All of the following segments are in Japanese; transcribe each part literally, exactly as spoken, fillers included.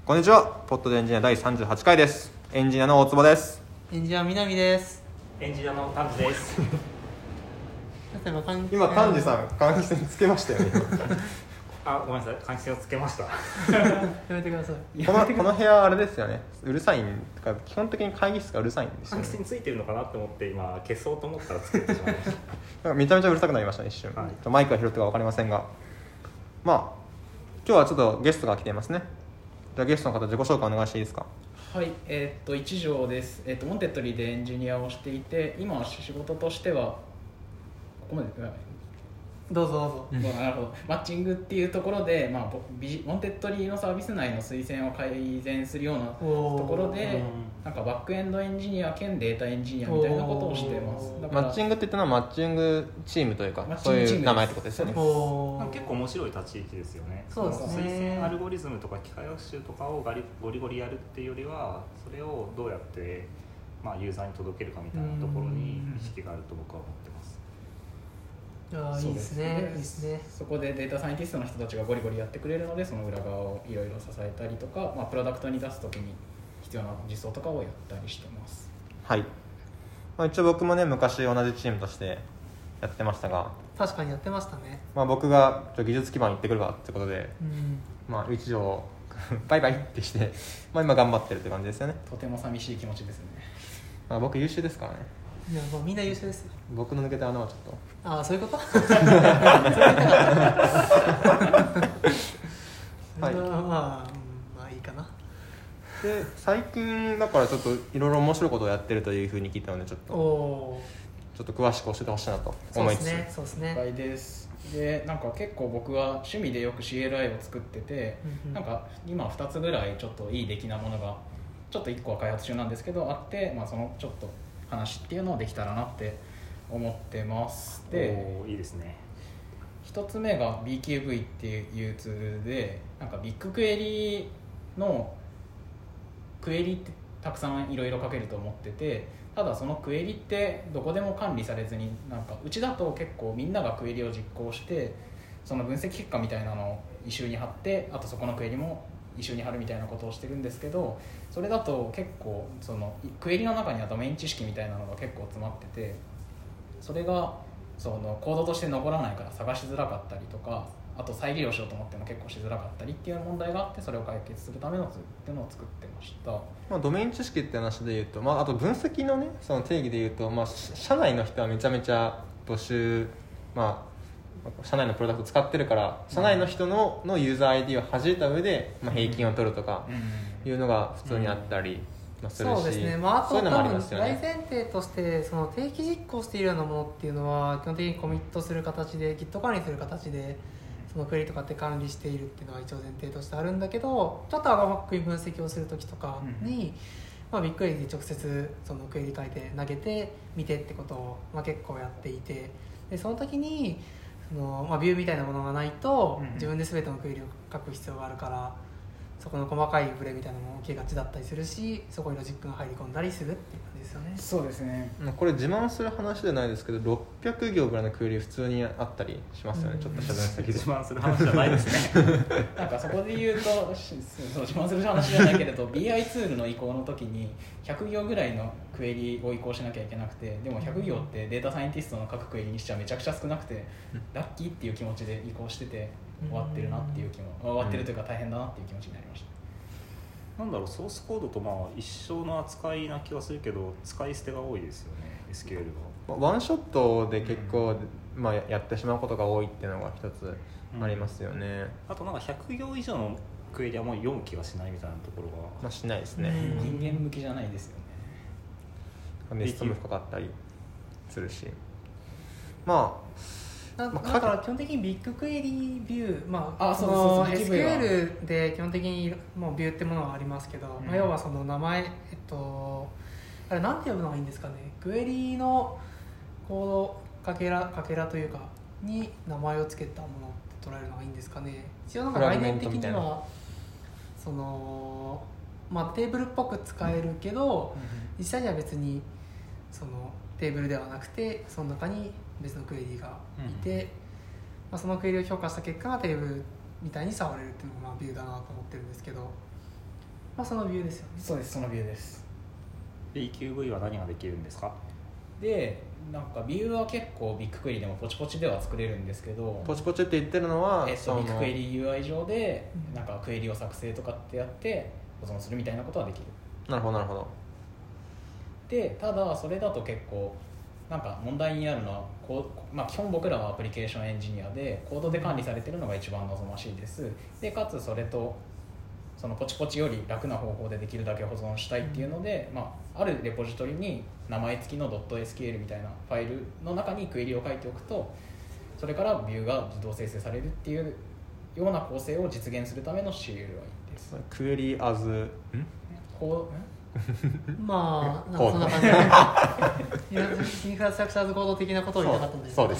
こんにちは。ポッドでエンジニアだいさんじゅうはちかいです。エンジニアの大坪です。 エンジニア南です。 エンジニアの丹治です。 今丹治さん換気扇つけましたよね。 あ、ごめんなさい、換気扇をつけました。 やめてください。 このこの部屋あれですよね。うるさいんとか基本的に会議室がうるさいんですよね。 換気扇ついてるのかなと思って今消そうと思ったらつけてしまいました。 なんかめちゃめちゃうるさくなりましたね一瞬。はい、マイクが拾ってるか分かりませんが、まあ今日はちょっとゲストが来ていますね。じゃあゲストの方自己紹介お願いしていいですか。 はい、えー、っと一条です、えー、っとモンテッドリーでエンジニアをしていて、今は仕事としてはここまでどうぞどうぞ、 うん、なるほど。マッチングっていうところで、まあ、ビモンテッドリーのサービス内の推薦を改善するようなところで、なんかバックエンドエンジニア兼データエンジニアみたいなことをしています。だからマッチングって言ったのはマッチングチームというかそういう名前ってことですよね。 結構面白い立ち位置ですよね。 そうですね。 推薦アルゴリズムとか機械学習とかをガリゴリゴリやるっていうよりは、それをどうやって、まあ、ユーザーに届けるかみたいなところに意識があると僕は思ってます。 ああ、いいですね。いいですね。 そこでデータサイエンティストの人たちがゴリゴリやってくれるので、その裏側をいろいろ支えたりとか、まあ、プロダクトに出すときに必要な実装とかをやったりしてます。 はい、まあ、一応僕もね昔同じチームとしてやってましたが、 確かにやってましたね。 まあ、僕が技術基盤行ってくるわってことで、 うん、 まあ、一条バイバイってして、まあ、今頑張ってるって感じですよね。 とても寂しい気持ちですね。 まあ、僕優秀ですからね。 いやもうみんな優秀ですよ。 僕の抜けた穴はちょっとああ、そういうことそれはまあ、うん、まあいいかな。 で最近だからちょっといろいろ面白いことをやってるというふうに聞いたので、ちょっとおちょっと詳しく教えてほしいなと思いつつ。 そうですね、そうですね。 了解です。でなんか結構僕は趣味でよく シーエルアイ を作ってて、うんうん、なんか今ふたつぐらいちょっといい出来なものがちょっといっこは開発中なんですけどあって、まあ、そのちょっと話っていうのをできたらなって思ってます。で、 おいいですね。 ひとつめが ビーキューブイ っていうツールで、なんかビッグクエリのクエリってたくさんいろいろ書けると思ってて、ただそのクエリってどこでも管理されずに、なんかうちだと結構みんながクエリを実行してその分析結果みたいなのを異臭に貼って、あとそこのクエリも異臭に貼るみたいなことをしてるんですけど、それだと結構そのクエリの中にはドメイン知識みたいなのが結構詰まってて、それがそのコードとして残らないから探しづらかったりとか、あと再利用しようと思っても結構しづらかったりっていう問題があって、それを解決するためのツールっていうのを作ってました。 まあ、ドメイン知識って話でいうと、まあ、あと分析のねその定義でいうと、まあ、社内の人はめちゃめちゃ募集、まあ、社内のプロダクト使ってるから社内の人 の, のユーザー アイディー を弾いた上で、まあ、平均を取るとかいうのが普通にあったり、まあ、するし、 そうですね、まあ、あとそういうのもありますよね。 大前提としてその定期実行しているようなものっていうのは基本的にコミットする形で Git 管理する形でそのクエリとかって管理しているっていうのが一応前提としてあるんだけど、ちょっとアドホックに分析をするときとかに、うんまあ、ビッグクエリで直接そのクエリ書いて投げて見てってことを、まあ、結構やっていて、でその時にその、まあ、ビューみたいなものがないと自分で全てのクエリを書く必要があるから、そこの細かいブレみたいなのも起きがちだったりするし、そこにロジックが入り込んだりするっていう感じですよね。 そうですね。 これ自慢する話じゃないですけどろっぴゃくぎょうぐらいのクエリ普通にあったりしますよね、うん、ちょっとした分析で。 自慢する話じゃないですね。 なんかそこで言うとそう自慢する話じゃないけれどビーアイ ツールの移行の時にひゃくぎょうぐらいのクエリを移行しなきゃいけなくて、でもひゃくぎょうってデータサイエンティストの書くクエリにしちゃめちゃくちゃ少なくて、ラッキーっていう気持ちで移行してて終わってるなっていう気も終わってるというか大変だなっていう気持ちになりました。 なんだろう、ソースコードとまあ一緒の扱いな気はするけど使い捨てが多いですよね エスキューエル は。 ワンショットで結構、うんまあ、やってしまうことが多いっていうのが一つありますよね、うん、 あとなんかひゃくぎょう以上のクエリはもう読む気がしないみたいなところが、 まあ、しないですね、 人間向きじゃないですよね。 ネストも深かったりするし、まあだから基本的にビッグクエリビュー、まあ、 あそうそうそうエスキューエル で基本的にもうビューってものはありますけど、うんまあ、要はその名前、えっと、あれなんて呼ぶのがいいんですかね、クエリのコードかけらかけらというかに名前を付けたものって捉えるのがいいんですかね。一応なんか概念的にはその、まあ、テーブルっぽく使えるけど、うん、実際には別にそのテーブルではなくてその中に別のクエリがいて、うんまあ、そのクエリを評価した結果がテーブルみたいに触れるっていうのがまあビューだなと思ってるんですけど、 まあそのビューですよね。 そうです、そのビューです。 ビーキューブイ は何ができるんですか？ でなんかビューは結構ビッグクエリでもポチポチでは作れるんですけど、 ポチポチって言ってるのは、 えっと、 そのビッグクエリ ユーアイ 上でうんなんかクエリを作成とかってやって保存するみたいなことはできる。 なるほどなるほど。 でただそれだと結構なんか問題になるのはこう、まあ、基本僕らはアプリケーションエンジニアでコードで管理されてるのが一番望ましいです。でかつそれとそのポチポチより楽な方法でできるだけ保存したいっていうので、まあ、あるレポジトリに名前付きの .skl みたいなファイルの中にクエリを書いておくと、それからビューが自動生成されるっていうような構成を実現するための シーエルアイ です。 クエリアズんこうまあなんかそんな感じでインフラストラクチャーズコード的なことを言いたかったんです。 そうそうです、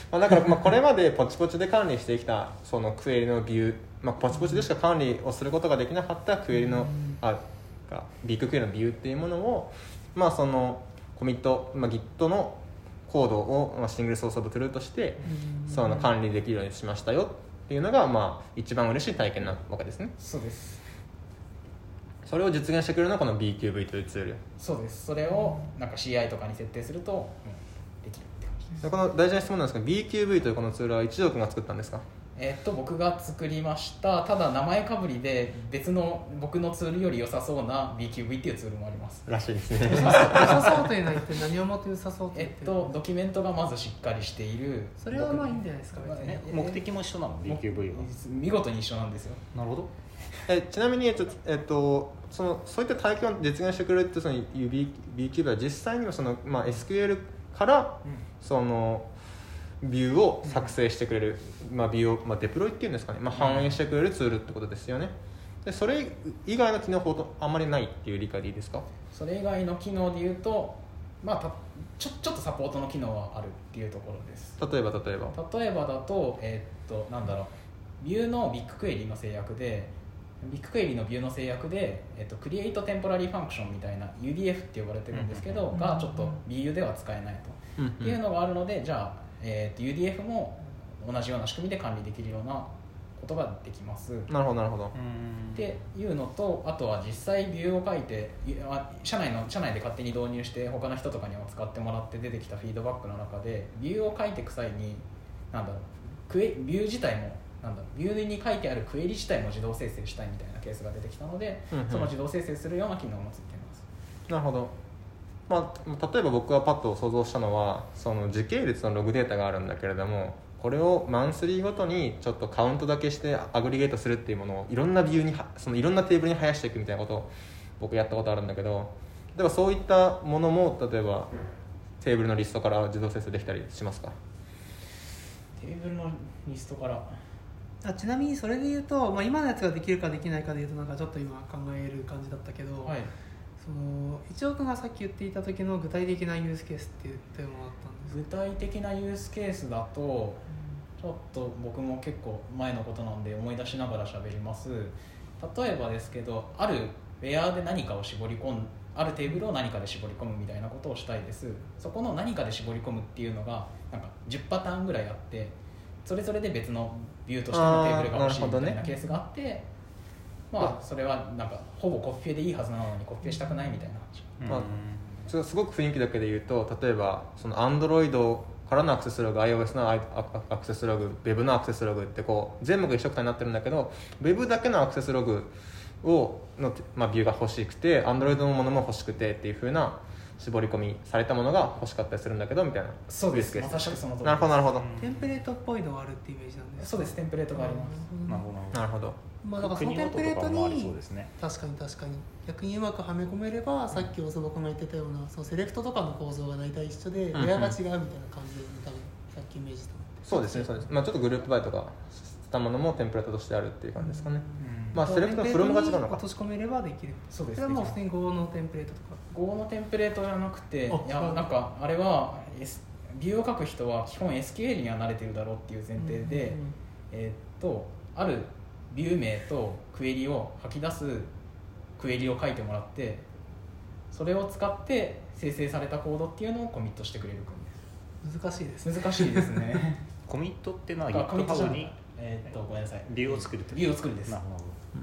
まあ、だからまあこれまでポチポチで管理してきたそのクエリのビュー、まあ、ポチポチでしか管理をすることができなかったクエリの、あビッグクエリのビューっていうものを、まあ、そのコミット、まあ、Git のコードをまあシングルソースオブトゥルーとしてその管理できるようにしましたよっていうのが、まあ、一番嬉しい体験なわけですね。 そうです。 それを実現してくれるのがこの ビーキューブイ というツール。 そうです。それをなんか シーアイ とかに設定すると、うん、できるって感じです。 でこの大事な質問なんですが ビーキューブイ というこのツールは一条君が作ったんですか？ えーっと僕が作りました。ただ名前かぶりで別の僕のツールより良さそうな ビーキューブイ っていうツールもあります。 らしいですね良さそうというのは一体何をもって良さそうと言えってるっとドキュメントがまずしっかりしている。 それはまあいいんじゃないですか別に。 え目的も一緒なの ビーキューブイ は。 見事に一緒なんですよ。 なるほど。 えちなみに、えっとえっと、そのそういった体験を実現してくれるってその ビーキューブイ は実際にはその、まあ、エスキューエル からそのビューを作成してくれる、まあ、ビューを、まあ、デプロイっていうんですかね、まあ、反映してくれるツールってことですよね。でそれ以外の機能ほどあんまりないっていう理解でいいですか？ それ以外の機能で言うと、まあ、たちょちょっとサポートの機能はあるっていうところです。 例えば例えば例えばだと、えーっとなんだろうビューのビッグクエリの制約でビッグクエリのビューの制約で、えっと、クリエイトテンポラリーファンクションみたいな ユーディーエフ って呼ばれてるんですけど、 うん、 がちょっと ビーユー では使えないと、 うんうんっていうのがあるので、じゃあ、えー、と ユーディーエフ も同じような仕組みで管理できるようなことができます。 なるほどなるほど。 っていうのと、あとは実際ビューを書いて社内の社内で勝手に導入して他の人とかにも使ってもらって出てきたフィードバックの中でビューを書いていく際になんだろうクエビュー自体もなんだろうビューに書いてあるクエリ自体も自動生成したいみたいなケースが出てきたので、 うんうん、 その自動生成するような機能もついています。 なるほど。まあ、例えば僕がパッと想像したのはその時系列のログデータがあるんだけれども、これをマンスリーごとにちょっとカウントだけしてアグリゲートするっていうものをいろんなビューにそのいろんなテーブルに生やしていくみたいなことを僕やったことあるんだけど、例えばそういったものも例えばテーブルのリストから自動生成できたりしますか？ テーブルのリストからあちなみにそれで言うと、まあ、今のやつができるかできないかで言うとなんかちょっと今考える感じだったけど、 はい、 その一応君がさっき言っていた時の具体的なユースケースって言ってもらったんです具体的なユースケースだとちょっと僕も結構前のことなんで思い出しながら喋ります。例えばですけど、あるウェアで何かを絞り込んあるテーブルを何かで絞り込むみたいなことをしたいです。そこの何かで絞り込むっていうのがなんかじゅっパターンぐらいあって、それぞれで別のビューとしてのテーブルが欲しいみたいなケースがあって、まあそれはなんかほぼコピペでいいはずなのにコピペしたくないみたいな話、 まあ、それはすごく雰囲気だけで言うと、例えばその Android からのアクセスログ、 iOS のアクセスログ、 Web のアクセスログってこう全部が一緒くたになってるんだけど、 Web だけのアクセスログをの、まあ、ビューが欲しくて Android のものも欲しくてっていう風な絞り込みされたものが欲しかったりするんだけどみたいな。 そうです、まさしくその通りです。 なるほどなるほど。 テンプレートっぽいのがあるってイメージなんですか？ そうです、テンプレートがあります。 なるほどなるほど。 まあ、だからそのテンプレート国の音とかもありそにうですね。 確かに確かに逆にうまくはめ込めれば、さっき大坪君が言ってたようなそのセレクトとかの構造が大体一緒でレアが違うみたいな感じで、多分さっきイメージしたのってそうですねそうです、まあ、ちょっとグループバイとかしたものもテンプレートとしてあるっていう感じですかね。 うんまあセレクトのフロムが違うのか。 落とし込めればできる。 そうです。 それはもう普通に Go のテンプレートとか Go のテンプレートじゃなくて、いあやなんかあれは、S、ビューを書く人は基本 エスキューエル には慣れてるだろうっていう前提で、 うんうんうんえーっとあるビュー名とクエリを吐き出すクエリを書いてもらって、それを使って生成されたコードっていうのをコミットしてくれる組難しいですね。 です。難しいですね。 コミットってのはあコミットじゃ GitHub ないにえーっとごめんなさい。 ビューを作るってビューを作るです。 なるほど。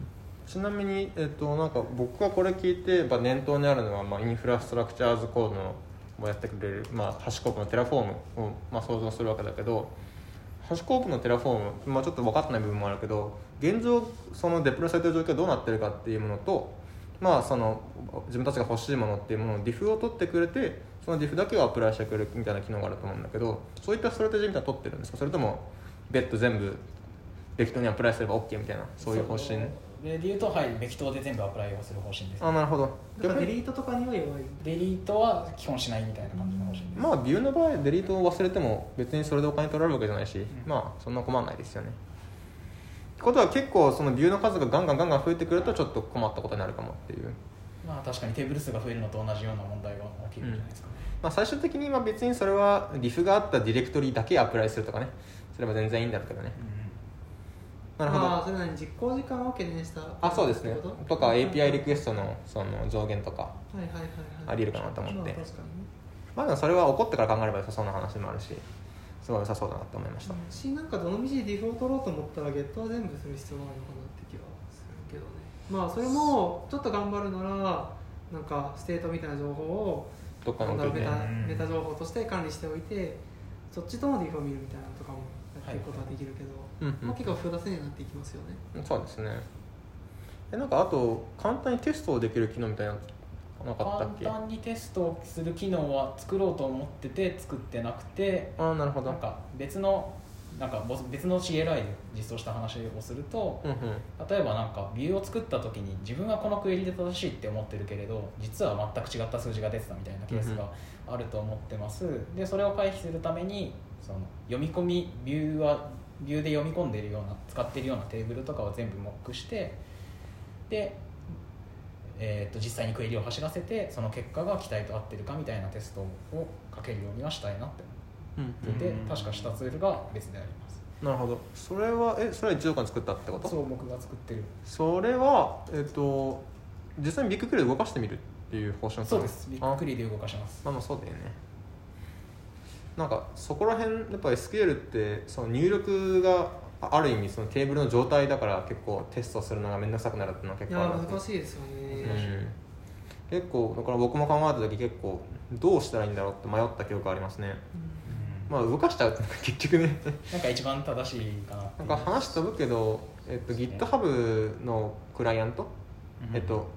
ちなみに、えっと、なんか僕はこれ聞いて、まあ、念頭にあるのは、まあ、インフラストラクチャーズコードのをやってくれる、まあ、ハシコープのテラフォームを、まあ、想像するわけだけど、ハシコープのテラフォーム、まあ、ちょっと分かってない部分もあるけど、現状そのデプロイされている状況がどうなってるかっていうものと、まあ、その自分たちが欲しいものっていうもののディフを取ってくれて、そのディフだけをアプライしてくれるみたいな機能があると思うんだけど、そういったストラテジーみたいなの取ってるんですか？それとも別途全部適当にアプライすれば OK みたいな、そういう方針？ で言うと、はい、ベクトルで全部アプライをする方針です。 あ、なるほど。 だからデリートとかには弱い。 デリートは基本しないみたいな感じの方針です。 まあビューの場合デリートを忘れても別にそれでお金取られるわけじゃないし、 ん、 まあそんな困らないですよね。ってことは結構そのビューの数がガンガンガンガン増えてくるとちょっと困ったことになるかもっていう。 まあ確かにテーブル数が増えるのと同じような問題が起きるんじゃないですかね。 うん、まあ、最終的には別にそれはリフがあったディレクトリだけアプライするとかね、すれば全然いいんだろうけどね。 うん、 なるほど。 ああ、それなに実行時間を懸念したあ、そうですね。とか エーピーアイ リクエストのその上限とかはいはいはいはい、 あり得るかなと思って、 まあ、確かにね。 まあでもそれは起こってから考えれば良さそうな話もあるし、すごい良さそうだなと思いました。 し、なんかどの道ディフを取ろうと思ったらゲットは全部する必要があるのかなって気はするけどね。まあそれもちょっと頑張るならなんかステートみたいな情報をどっかに置いてメタうんメタ情報として管理しておいて、そっちとのディフを見るみたいなのとかもやっていくことはできるけど、 うんうんまあ、結構複雑になっていきますよね。 そうですね。え、なんかあと簡単にテストをできる機能みたいなのなかったっけ？ 簡単にテストをする機能は作ろうと思ってて作ってなくて、 ああ、なるほど。 なんか別のなんか別の シーエルアイ で実装した話をすると、 うんうん。 例えばなんかビューを作った時に自分はこのクエリで正しいって思ってるけれど実は全く違った数字が出てたみたいなケースがあると思ってます。でそれを回避するためにその読み込みビューはビューで読み込んでいるような使っているようなテーブルとかを全部モックして、で、えー、と実際にクエリを走らせてその結果が期待と合ってるかみたいなテストをかけるようにはしたいなってうん思ってて、確かしたツールが別であります。 なるほど。それはえそれはいちじかん作ったってこと？ そう僕が作ってる。 それはえっ、と実際にビッグクリで動かしてみるっていう方針。 そうです。ビッグクリで動かします。 まあまあそうだよね。なんかそこら辺やっぱ エスキューエル ってその入力がある意味そのテーブルの状態だから結構テストするのが面倒くさくなるっていうのは結い構あるや難しいですよね。 うん、結構だから僕も考えた時結構どうしたらいいんだろうって迷った記憶がありますね。まあ動かしちゃうって結局ねなんか一番正しいかなっていう。 なんか話飛ぶけど、えっと、GitHub のクライアント、 うん、 えっと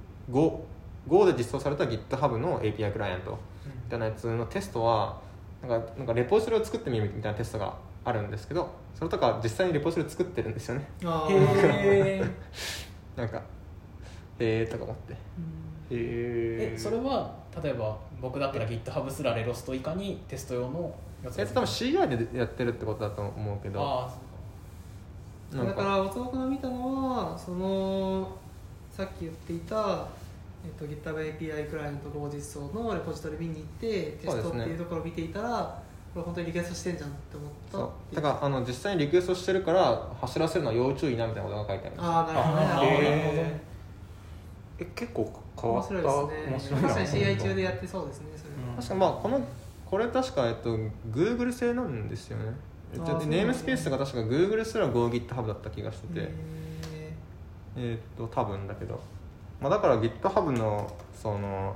Go, Go で実装された GitHub の エーピーアイ クライアントみたいなやつのテストはなんかなんかレポジトリを作ってみるみたいなテストがあるんですけど、それとか実際にレポジトリ作ってるんですよね。 あへえなんかへえとか思って、へえそれは例えば僕だったら GitHub すらレロスト以下にテスト用のやつえっと多分 シーアイ でやってるってことだと思うけど、 ああそうなんだからおつぼくの見たのはそのさっき言っていた、えっと、GitHub エーピーアイ クライアント Go 実装のレポジトリ見に行ってテストっていうところを見ていたら、これ本当にリクエストしてんじゃんって思ったそっていうだからあの実際にリクエストしてるから走らせるのは要注意なみたいなことが書いてあるんですよ。 ああなるほどね。 あーあーへーなるほどね。 え結構変わ面った白いですね。 面白いな確かに シーアイ 中でやってそうですねそれは。 うん確かにまあこのこれ確か、えっと、Google 製なんですよね。えっとあーそうなんだネームスペースが確か Google すら GoGitHub だった気がしてて、 へえっと多分だけど、まあ、だから GitHub のその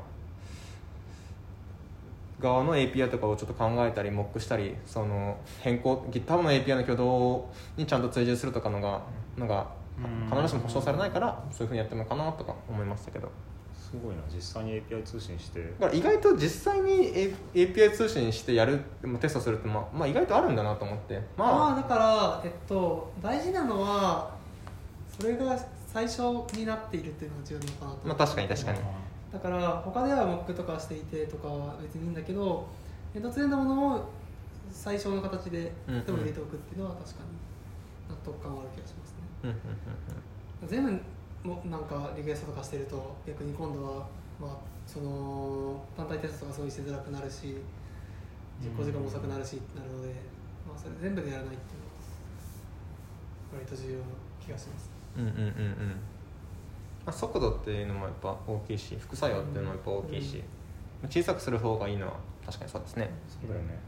側の エーピーアイ とかをちょっと考えたりモックしたり、その変更 GitHub の エーピーアイ の挙動にちゃんと追従するとかのがなんか必ずしも保証されないからそういうふうにやってるのかなとか思いましたけど、 すごいな、実際に エーピーアイ 通信してだから意外と実際に エーピーアイ 通信してやるテストするって、まあ、まあ意外とあるんだなと思って、 まあ、 まだから、えっと、大事なのはそれが最初になっているっていうのが重要なのかなとあ、まあ確かに確かに、 だから他ではモックとかしていてとかは別にいいんだけど、突然のものを最小の形でうんうんでも入れておくっていうのは確かに納得感はある気がしますね。 うんうん全部もなんかリクエストとかしてると逆に今度は、まあ、その単体テストがすごいしづらくなるし実行時間も遅くなるしってなるので、まあ、それ全部でやらないっていうのは割と重要な気がします。 うんうんうんうんうんまあ、速度っていうのもやっぱ大きいし副作用っていうのもやっぱ大きいし、小さくする方がいいのは確かにそうですね。 そうだよね、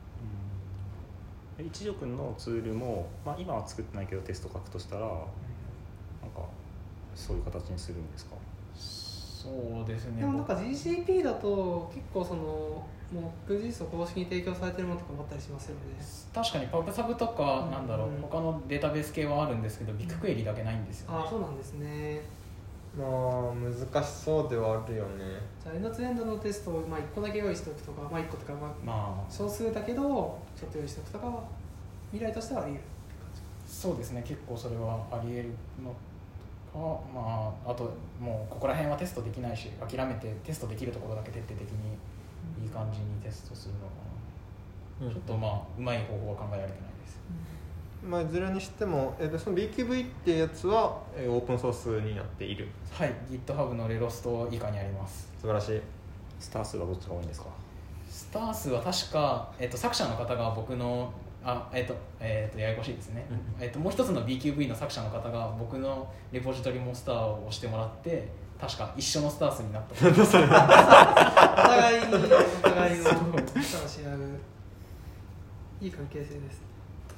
うん、一条くんのツールも、まあ、今は作ってないけどテスト書くとしたらなんかそういう形にするんですか？ そうですね。 でもなんか ジーシーピー だと結構そのもう Node.js を公式に提供されてるものとかもあったりしますよね。 確かに パブサブ とかなんだろう、 うん他のデータベース系はあるんですけど、ビッグクエリだけないんですよね。 ああそうなんですね。 まあ難しそうではあるよね。 じゃあエンドツーエンドのテストをまあいっこだけ用意しておくとか、まあいっことかまあまあ少数だけどちょっと用意しておくとかは未来としてはあり得るって感じ。 そうですね、結構それはあり得るのか、まあ、あともうここら辺はテストできないし諦めてテストできるところだけ徹底的にいい感じにテストするのかな、 うんちょっとまあうまい方法は考えられてないです。 まあ、いずれにしても、えー、でその ビーキューブイ っていうやつは、えーオープンソースになっている。 はい、GitHub のレロスト以下にあります。 素晴らしい。 スター数はどっちが多いんですか？ スター数は確か、えっと、作者の方が僕のあ、えっとえっと、ややこしいですね、えっと、もう一つの ビーキューブイ の作者の方が僕のレポジトリもスターを押してもらって確か一緒のスター数になったお互いにお互いの力をし合ういい関係性です。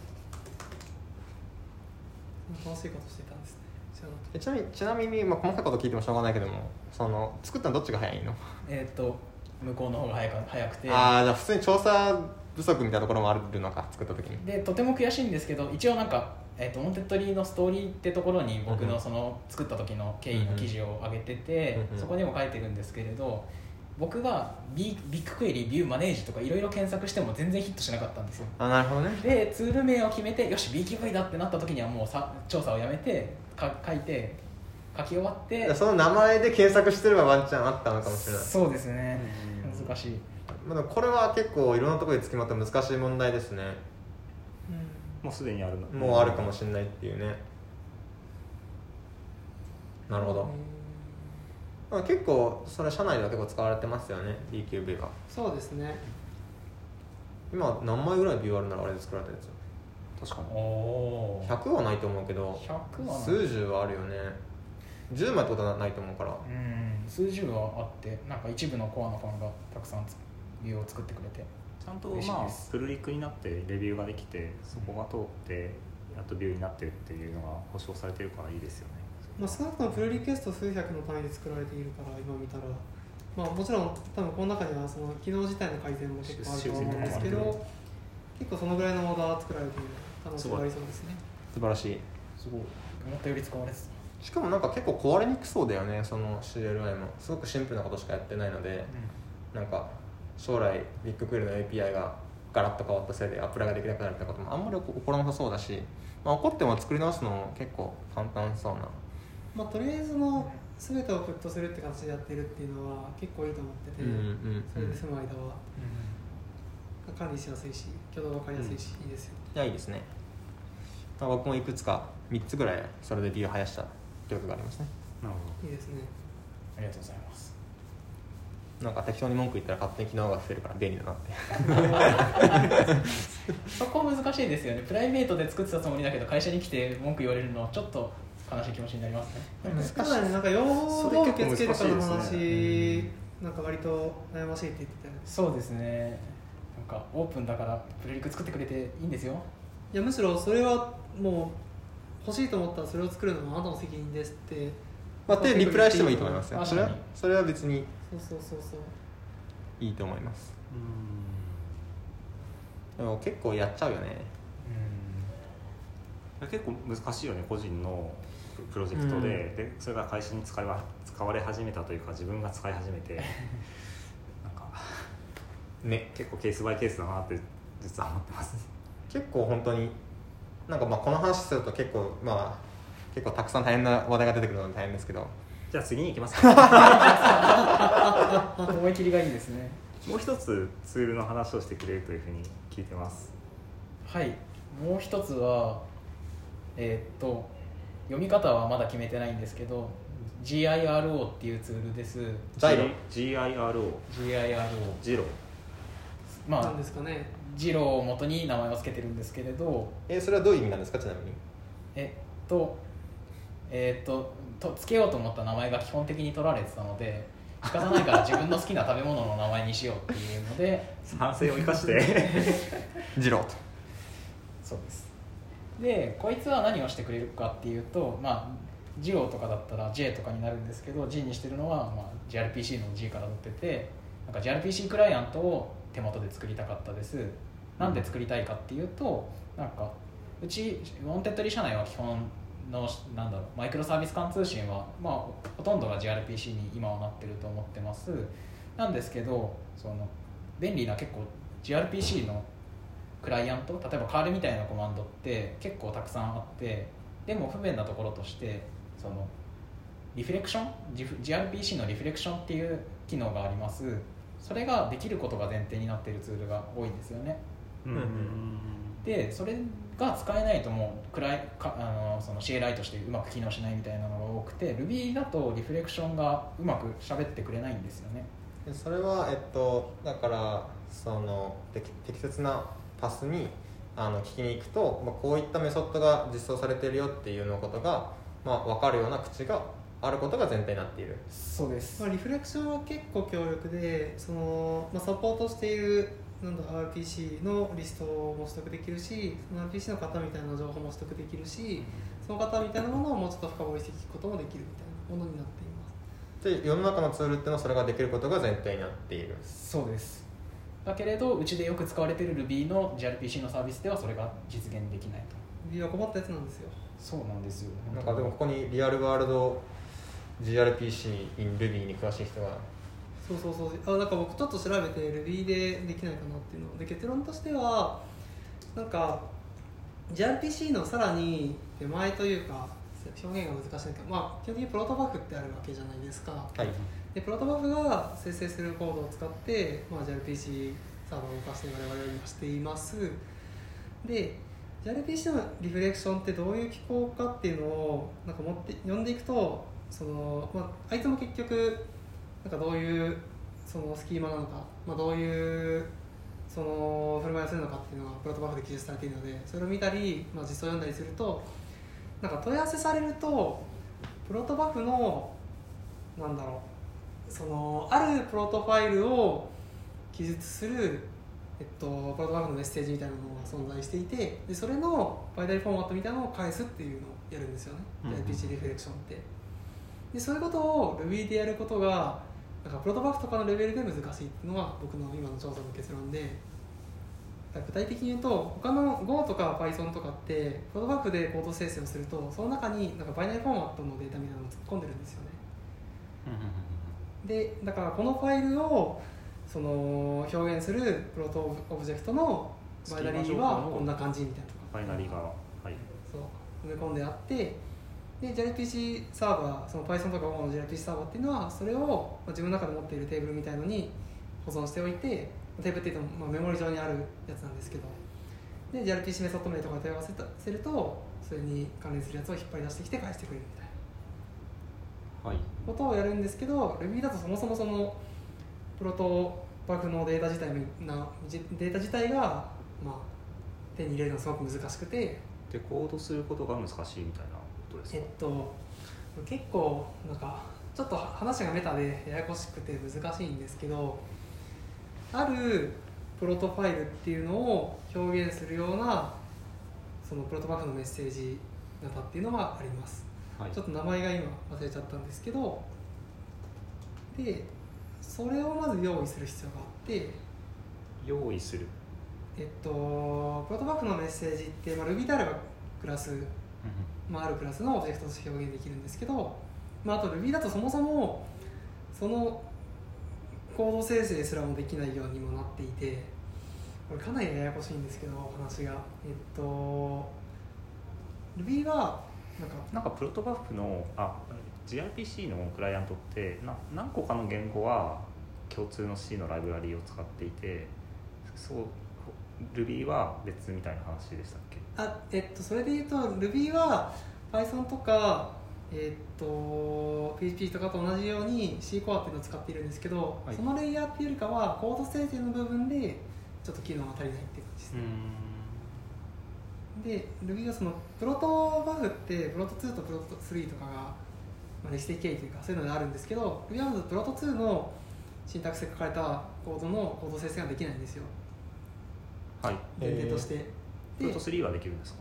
楽しいことしてたんですね。知らなかっえちなみに、ちなみにまあ、細かいこと聞いてもしょうがないけども、その作ったのどっちが早いの？ えっと向こうの方が早か早くてああ、じゃあ普通に調査不足みたいなところもあるのか、作った時に。 でとても悔しいんですけど、一応なんか、えー、とモンテッドリーのストーリーってところに僕うんうんのその作った時の経緯の記事を上げてて、 うんうんそこにも書いてるんですけれど、僕がビビッグクエリビューマネージとかいろいろ検索しても全然ヒットしなかったんですよ。 あ、なるほどね。 でツール名を決めてよし ビーキューブイ だってなった時にはもうさ調査をやめてか書いて書き終わってじゃあその名前で検索してればワンチャンあったのかもしれない。 そうですね、 うん難しい。 まあ、でもこれは結構いろんなところでつきまった難しい問題ですね。 た。 もうすでにあるのもうあるかもしれないっていうね。なるほど。まあ、結構それ社内では結構使われてますよね、 ビーキューブイ は。 そうですね。 今何枚ぐらいビューあるならあれで作られたやつ？ 確かに。 おひゃくはないと思うけどひゃくはない数十はあるよね。じゅうまいってことはないと思うから。 うん数十はあって、なんか一部のコアのファンがたくさんつビューを作ってくれてちゃんと嬉しいまあですプルリックになってレビューができてそこが通ってやっとビューになってるっていうのが保証されてるからいいですよね。 まあ、少なくともプルリクエスト数百の単位で作られているから今見たら、まあ、もちろん多分この中にはその機能自体の改善も結構あると思うんですけど、結構そのぐらいのオーダーが作られている可能性がありそうですね。 素晴らしい。 すごい思ったより使われてた。 しかもなんか結構壊れにくそうだよね、その シーエルアイ もすごくシンプルなことしかやってないので、なんか将来ビッグクエリの エーピーアイ がガラッと変わったせいでアプライができなくなるってこともあんまり起こらなさそうだし、まあ、起こっても作り直すのも結構簡単そうな。 まあ、とりあえずの全てをプットするって形でやってるっていうのは結構いいと思ってて、 うんうんうん、 それで済む間は管理しやすいし挙動が分かりやすいし、うん、いいですよ。 いやいいですね。まあ、僕もいくつかみっつぐらいそれでビューを生やした記憶がありますね。 なるほど。 いいですね。 ありがとうございます。 なんか適当に文句言ったら勝手に機能が増えるから便利だなってそこ難しいですよね。プライベートで作ってたつもりだけど会社に来て文句言われるのちょっと悲しい気持ちになりますね。 ただね、なんか用語をどう受け付けるかのそれ結構難しいです話、なんか割と悩ましいって言ってたよね。 そうですね。なんかオープンだからプレリク作ってくれていいんですよ。 いやむしろそれはもう欲しいと思ったらそれを作るのもあなたの責任ですって、 まあ、でリプライしてもいいと思いますよ。 確かにそれはそれは別にそうそうそうそういいと思います。 うんでも結構やっちゃうよね。 結構難しいよね、個人のプロジェクトで、うん、でそれが会社に使い使われ始めたというか自分が使い始めてなんかね結構ケースバイケースだなって実は思ってます。 結構本当になんかまあこの話すると結構まあ結構たくさん大変な話題が出てくるので大変ですけど、 じゃあ次に行きますか。 思い切りがいいですね。 もう一つツールの話をしてくれるというふうに聞いてます。 はい、もう一つはえー、っと読み方はまだ決めてないんですけど ジーアイアールオー っていうツールです。 ジャイロジーアイアールオージーアイアールオージロまあなんですかね。 ジロを元に名前を付けてるんですけれど、 えー、それはどういう意味なんですか、ちなみに。 えっとえー、っとと付けようと思った名前が基本的に取られてたので仕方ないから自分の好きな食べ物の名前にしようっていうので賛成を生かしてジローと。 そうです。でこいつは何をしてくれるかっていうと、まあ、 ジオとかだったら J とかになるんですけど G にしてるのは、まあ、ジェイアールピーシー の G から取っててなんか ジェイアールピーシー クライアントを手元で作りたかったです。なんで作りたいかっていうとなんかうちウォンテッドリー社内は基本のなんだろうマイクロサービス間通信は、まあ、ほとんどが ジェイアールピーシー に今はなってると思ってます。なんですけどその便利な結構 ジェイアールピーシー のクライアント例えばカールみたいなコマンドって結構たくさんあってでも不便なところとしてそのリフレクション ジェイアールピーシー のリフレクションっていう機能があります。それができることが前提になっているツールが多いんですよね。 うんうんでそれが使えないともうクライかあのその シーエルアイ としてうまく機能しないみたいなのが多くて Ruby だとリフレクションがうまく喋ってくれないんですよね。 でそれは、えっと、だからその適適切なパスにあの聞きに行くと、まあ、こういったメソッドが実装されているよっていうのことが、まあ、分かるような口があることが前提になっている。 そうです、 まあ、リフレクションは結構強力でその、まあ、サポートしているなんだ アールピーシー のリストも取得できるしその アールピーシー の方みたいな情報も取得できるしその方みたいなものをもうちょっと深掘りして聞くこともできるみたいなものになっています。 で世の中のツールっていうのはそれができることが前提になっている。 そうです。だけれどうちでよく使われている Ruby の ジェイアールピーシー のサービスではそれが実現できないと。 Ruby は困ったやつなんですよ。 そうなんですよ。 なんかでもここにリアルワールド ジェイアールピーシー in Ruby に詳しい人がそうそうそうあなんか僕ちょっと調べて Ruby でできないかなっていうので結論としてはなんか ジェイアールピーシー のさらに手前というか表現が難しいんだけど、まあ、基本的にプロトバフってあるわけじゃないですか。 はいでプロトバフが生成するコードを使って、まあ、ジェイアールピーシー サーバーを動かして我々は今しています。で ジェイアールピーシー のリフレクションってどういう機構かっていうのをなんか持って読んでいくとその、まあ、あいつも結局なんかどういうそのスキーマなのか、まあ、どういうその振る舞いをするのかっていうのがプロトバフで記述されているのでそれを見たり、まあ、実装を読んだりするとなんか問い合わせされるとプロトバフのなんだろうそのあるプロトファイルを記述する、えっと、プロトバフのメッセージみたいなのが存在していてでそれのバイナリーフォーマットみたいなのを返すっていうのをやるんですよね、 うんうん、 ジェイアールピーシー リフレクションってでそういうことを Ruby でやることがなんかプロトバフとかのレベルで難しいっていうのが僕の今の調査の結論で具体的に言うと他の Go とか Python とかってプロトバフでコード生成をするとその中になんかバイナリーフォーマットのデータみたいなのを突っ込んでるんですよねでだからこのファイルをその表現するプロトオブジェクトのバイナリーはこんな感じみたいなとかバイナリーがはいそう埋め込んであってで ジェイアールピーシー サーバーその Python とか Go の ジェイアールピーシー サーバーっていうのはそれを自分の中で持っているテーブルみたいのに保存しておいてテーブルっていうと、まあ、メモリ上にあるやつなんですけどで ジェイアールピーシー メソッド名とか問い合わせるとそれに関連するやつを引っ張り出してきて返してくれるみたいなはいことをやるんですけど Ruby だとそもそもそのプロトバフのデータ自体なデータ自体が、まあ、手に入れるのがすごく難しくてでコードすることが難しいみたいなことですか。 えっと結構なんかちょっと話がメタでややこしくて難しいんですけどあるプロトファイルっていうのを表現するようなそのプロトバフのメッセージ型っていうのがあります、はい、ちょっと名前が今忘れちゃったんですけどでそれをまず用意する必要があって用意するえっとプロトバフのメッセージって、まあ、Ruby であればクラスまあ、あるクラスのオブジェクトとして表現できるんですけど、まあ、あと Ruby だとそもそもそのコード生成すらもできないようにもなっていてこれかなりややこしいんですけど話がえっと Ruby はなんかなんかプロトバフのあ ジェイアールピーシー のクライアントってな何個かの言語は共通の C のライブラリーを使っていてそう Ruby は別みたいな話でしたっけ。 あえっとそれで言うと Ruby は Python とかえっと ピーエイチピー とかと同じように C コアっていうのを使っているんですけど、はい、そのレイヤーっていうよりかはコード生成の部分でちょっと機能が足りないっていう感じですね。で Ruby はそのプロトバフってプロトツーとプロトスリーとかが、まあ、歴史的経緯というかそういうのであるんですけど Ruby はまずプロトツーのシンタックスで書かれたコードのコード生成ができないんですよ。 はい、 前提として。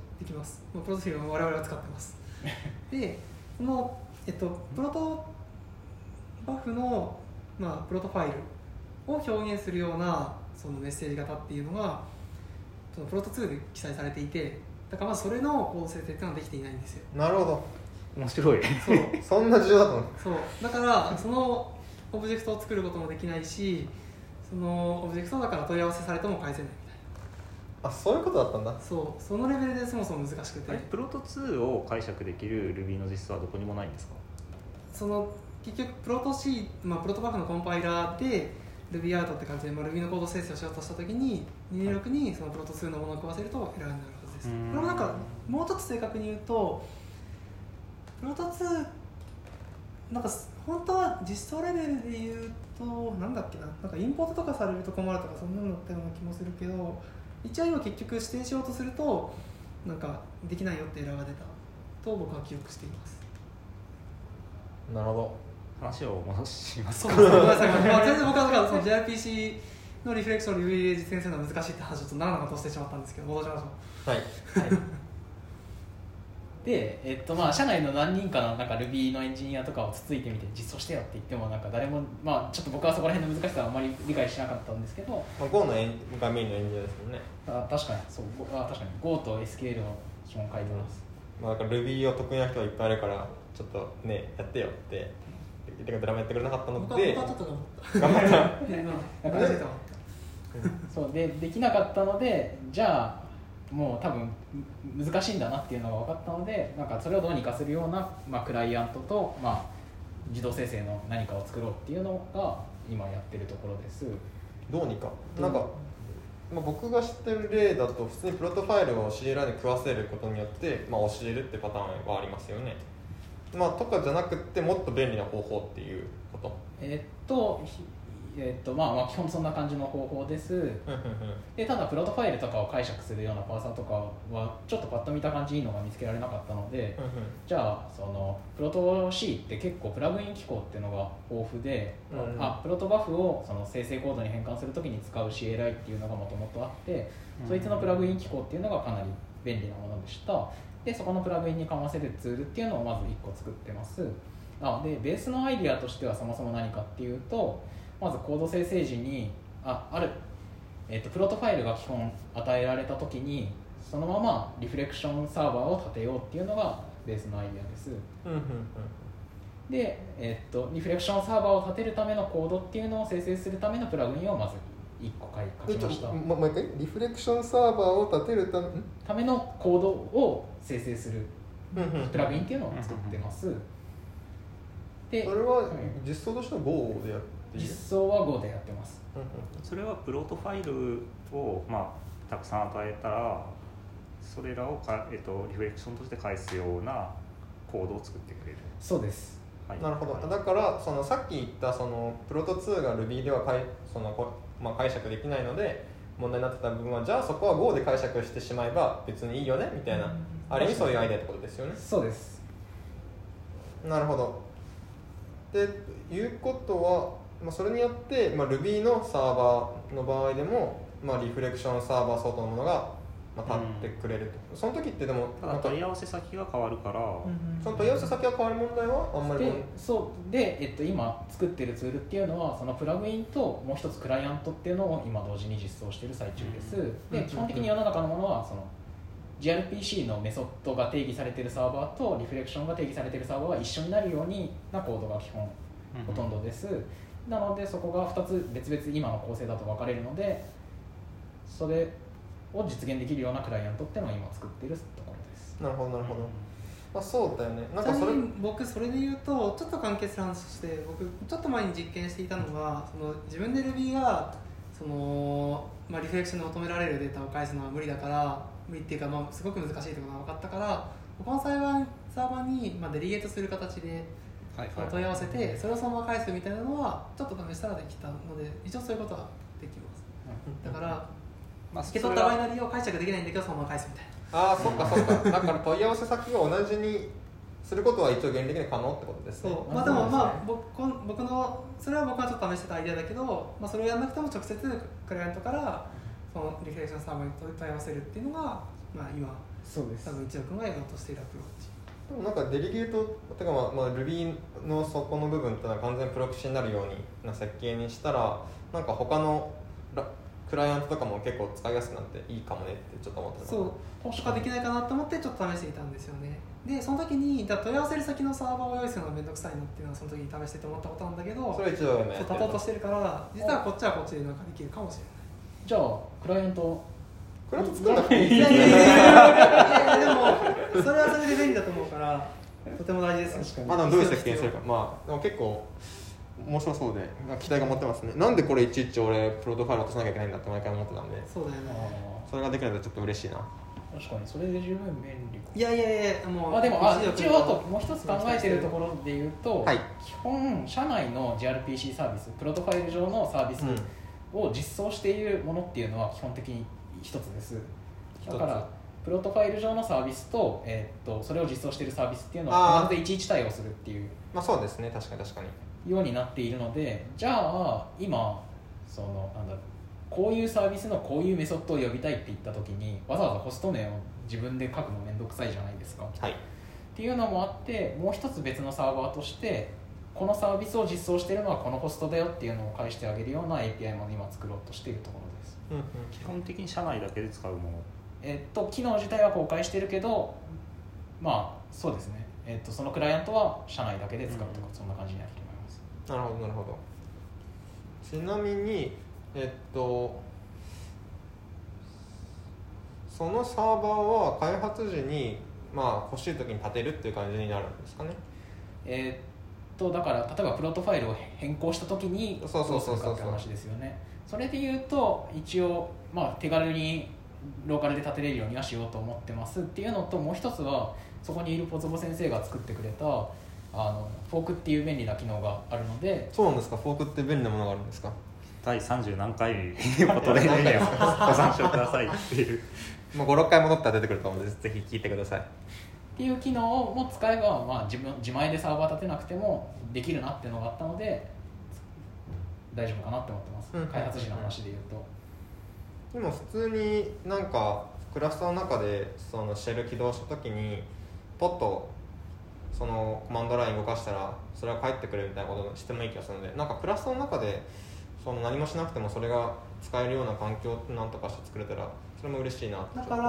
プロトスリーはできるんですか。 できます。プロトスリーは我々は使ってます。でその、えっと、プロトバフの、まあ、プロトファイルを表現するようなそのメッセージ型っていうのがそのプロトツーで記載されていて、だからまあそれの構成っていうのはできていないんですよ。 なるほど。 面白い。 そうそんな重要だったの？ そうだからそのオブジェクトを作ることもできないし、そのオブジェクトだから問い合わせされても返せないみたいあ、そういうことだったんだ。 な。そうそのレベルでそもそも難しくて、 あれプロトツーを解釈できる Ruby の実装はどこにもないんですか？ その結局プロト C、まあ、プロトバフのコンパイラーで Ruby アウトって感じで、まあ、Ruby のコード生成をしようとしたときににじゅうろくにそのプロトツーのものを食わせるとエラーになるはずです。これもなんかもうちょっと正確に言うとプロトツーなんか本当は実装レベルで言うとなんだっけな、なんかインポートとかされると困るとかそんなのだったような気もするけど、一応今結局指定しようとするとなんかできないよってエラーが出たと僕は記憶しています。 なるほど。 話を戻しますか。 そうですね、ごめんなさい、まあ、全然僕はだからその ジェイアールピーシー のリフレクションを Ruby で実践するのは難しいって話をちょっと長々としてしまったんですけど、戻しましょう。 はい。 はいで、えっとまあ、社内の何人かのなんか Ruby のエンジニアとかをつついてみて実装してよって言ってもなんか誰も、まあ、ちょっと僕はそこら辺の難しさはあまり理解しなかったんですけど、 まあ、Go のエンがメインのエンジニアですもんね。 あ確かにそうあ確かに Go と エスキューエル を基本書いてます。 まあ、だから Ruby を得意な人がいっぱいいるからちょっとねやってよって言ってドラマやってくれなかったの僕はで僕はちょっと頑張った頑張ったねまあなんか大丈夫だそうでできなかったので、じゃあもう多分難しいんだなっていうのが分かったので、なんかそれをどうにかするような、まあ、クライアントと、まあ、自動生成の何かを作ろうっていうのが今やってるところです。 どうにかなんか、まあ、僕が知ってる例だと普通にプロトファイルを シーエルアイ に食わせることによって、まあ、教えるってパターンはありますよね。まあ、とかじゃなくってもっと便利な方法っていうこと。 えっとえっとまあ、まあ基本そんな感じの方法です。でただプロトファイルとかを解釈するようなパーサーとかはちょっとパッと見た感じいいのが見つけられなかったので、じゃあそのプロト C って結構プラグイン機構っていうのが豊富で、 うん、 あプロトバフをその生成コードに変換するときに使う シーエルアイ っていうのがもともとあって、そいつのプラグイン機構っていうのがかなり便利なものでした。でそこのプラグインにかませるツールっていうのをまずいっこ作ってます。あでベースのアイディアとしてはそもそも何かっていうと、まずコード生成時に あ, ある、えー、とプロトファイルが基本与えられたときにそのままリフレクションサーバーを立てようっていうのがベースのアイディアです。で、えー、とリフレクションサーバーを立てるためのコードっていうのを生成するためのプラグインをまずいっこ書きました。 もう一回リフレクションサーバーを立てるためためのコードを生成するプラグインっていうのを作ってます。でそれは実装としては Go でやって実装は Go でやってます。 それはプロトファイルを、まあ、たくさん与えたらそれらをか、えっと、リフレクションとして返すようなコードを作ってくれる。 そうです、 はい、 なるほど。だからそのさっき言ったそのプロトツーが Ruby ではかいそのこ、まあ、解釈できないので問題になってた部分はじゃあそこは Go で解釈してしまえば別にいいよねみたいな、ある意味そういうアイデアってことですよね。 そうです。 なるほど。でいうことは、まあ、それによって、まあ、Ruby のサーバーの場合でも、まあ、リフレクションサーバー相当のものが、まあ、立ってくれると、うん、その時ってでもただ問い合わせ先が変わるから、 その問い合わせ先が変わる問題はあんまりでそうで、えっと、今作ってるツールっていうのはそのプラグインともう一つクライアントっていうのを今同時に実装している最中です。で基本的に世の中のものはその ジェイアールピーシー のメソッドが定義されているサーバーとリフレクションが定義されているサーバーは一緒になるようになコードが基本ほとんどです。なのでそこがふたつ別々今の構成だと分かれるのでそれを実現できるようなクライアントっていうのを今作っているところです。 なるほどなるほど、まあ、そうだよね。なんちなかそれみに僕それで言うとちょっと関係する話として僕ちょっと前に実験していたのがその自分で Ruby がその、まあ、リフレクションで求められるデータを返すのは無理だから無理っていうか、まあ、すごく難しいということが分かったから他のサーバーサーバーに、まあ、デリゲートする形で問い合わせてそれをそのまま返すみたいなのはちょっと試したらできたので一応そういうことはできます。だからまあ、 受け取ったバイナリーを解釈できないんだけどそのまま返すみたいな。 ああそっかそっかだから問い合わせ先が同じにすることは一応原理的に可能ってことですね。 そうまあでもまあ僕僕のそれは僕がちょっと試してたアイデアだけど、まあ、それをやらなくても直接クライアントからそのリフレクションサーバーに問い合わせるっていうのが、まあ、今そうです。 多分一応君がやろうとしているアプローチ。 でもなんかデリゲートてかまあ、まあ、Ruby のそこの部分ってのは完全にプロキシになるようにな設計にしたらなんか他のラクライアントとかも結構使いやすくなっていいかもねってちょっと思ってた。 そう保守化できないかなと思ってちょっと試していたんですよね。でその時にだ問い合わせる先のサーバーを用意するのがめんどくさいなっていうのはその時に試してて思ったことなんだけど、 それ一応ねそう立とうとしてるから実はこっちはこっちでなんかできるかもしれない。 じゃあクライアントクライアント作んなくていい。 いやいやいやいやいやでもそれはそれで便利だと思うからとても大事ですよ。 まあでもどういう設計にするかまあでも結構面白そうで期待が持ってますね。なんでこれいちいち俺プロトファイル落とさなきゃいけないんだって毎回思ってたんで、 そうだよね。 それができるのでちょっと嬉しいな。 確かにそれで十分便利か。 いやいやいやもうあでもあ一一応あともう一つ考えてるところで言うと、 はい、 基本社内の ジーアールピーシー サービスプロトファイル上のサービスを実装しているものっていうのは基本的に一つです。だからプロトファイル上のサービスと、えー、っとそれを実装しているサービスっていうのは必ずいちいち対応するっていうまあそうですね確かに確かにようになっているので、じゃあ今そのなんだろうこういうサービスのこういうメソッドを呼びたいって言った時にわざわざホスト名を自分で書くのめんどくさいじゃないですか、 はい、 っていうのもあってもう一つ別のサーバーとしてこのサービスを実装しているのはこのホストだよっていうのを返してあげるような エーピーアイ も今作ろうとしているところです、 うんうん、 基本的に社内だけで使うものえっと機能自体は公開してるけどまあそうですね、えっとそのクライアントは社内だけで使うとか、うん、そんな感じになると思います。 なるほどなるほど。ちなみにえっとそのサーバーは開発時にまあ欲しい時に立てるっていう感じになるんですかね。 えー、っとだから例えばプロトファイルを変更した時にどうするかって話ですよね。それで言うと一応まあ手軽にローカルで立てれるようにはしようと思ってますっていうのと、もう一つはそこにいるポツボ先生が作ってくれたあのフォークっていう便利な機能があるので。 そうなんですか。フォークって便利なものがあるんですか。 第さんじゅう何回いうことでご参照くださいっていうもうご、ろっかい戻ったら出てくると思うのでぜひ聞いてくださいっていう機能も使えば、まあ、自分自前でサーバー立てなくてもできるなっていうのがあったので大丈夫かなって思ってます、うん、開発時の話で言うと。 でも普通になんかクラスターの中でそのシェル起動した時にポッとそのコマンドライン動かしたらそれが返ってくれるみたいなことをしてもいい気がするので、なんかクラスターの中でその何もしなくてもそれが使えるような環境をなんとかして作れたらそれも嬉しいなって。 だから、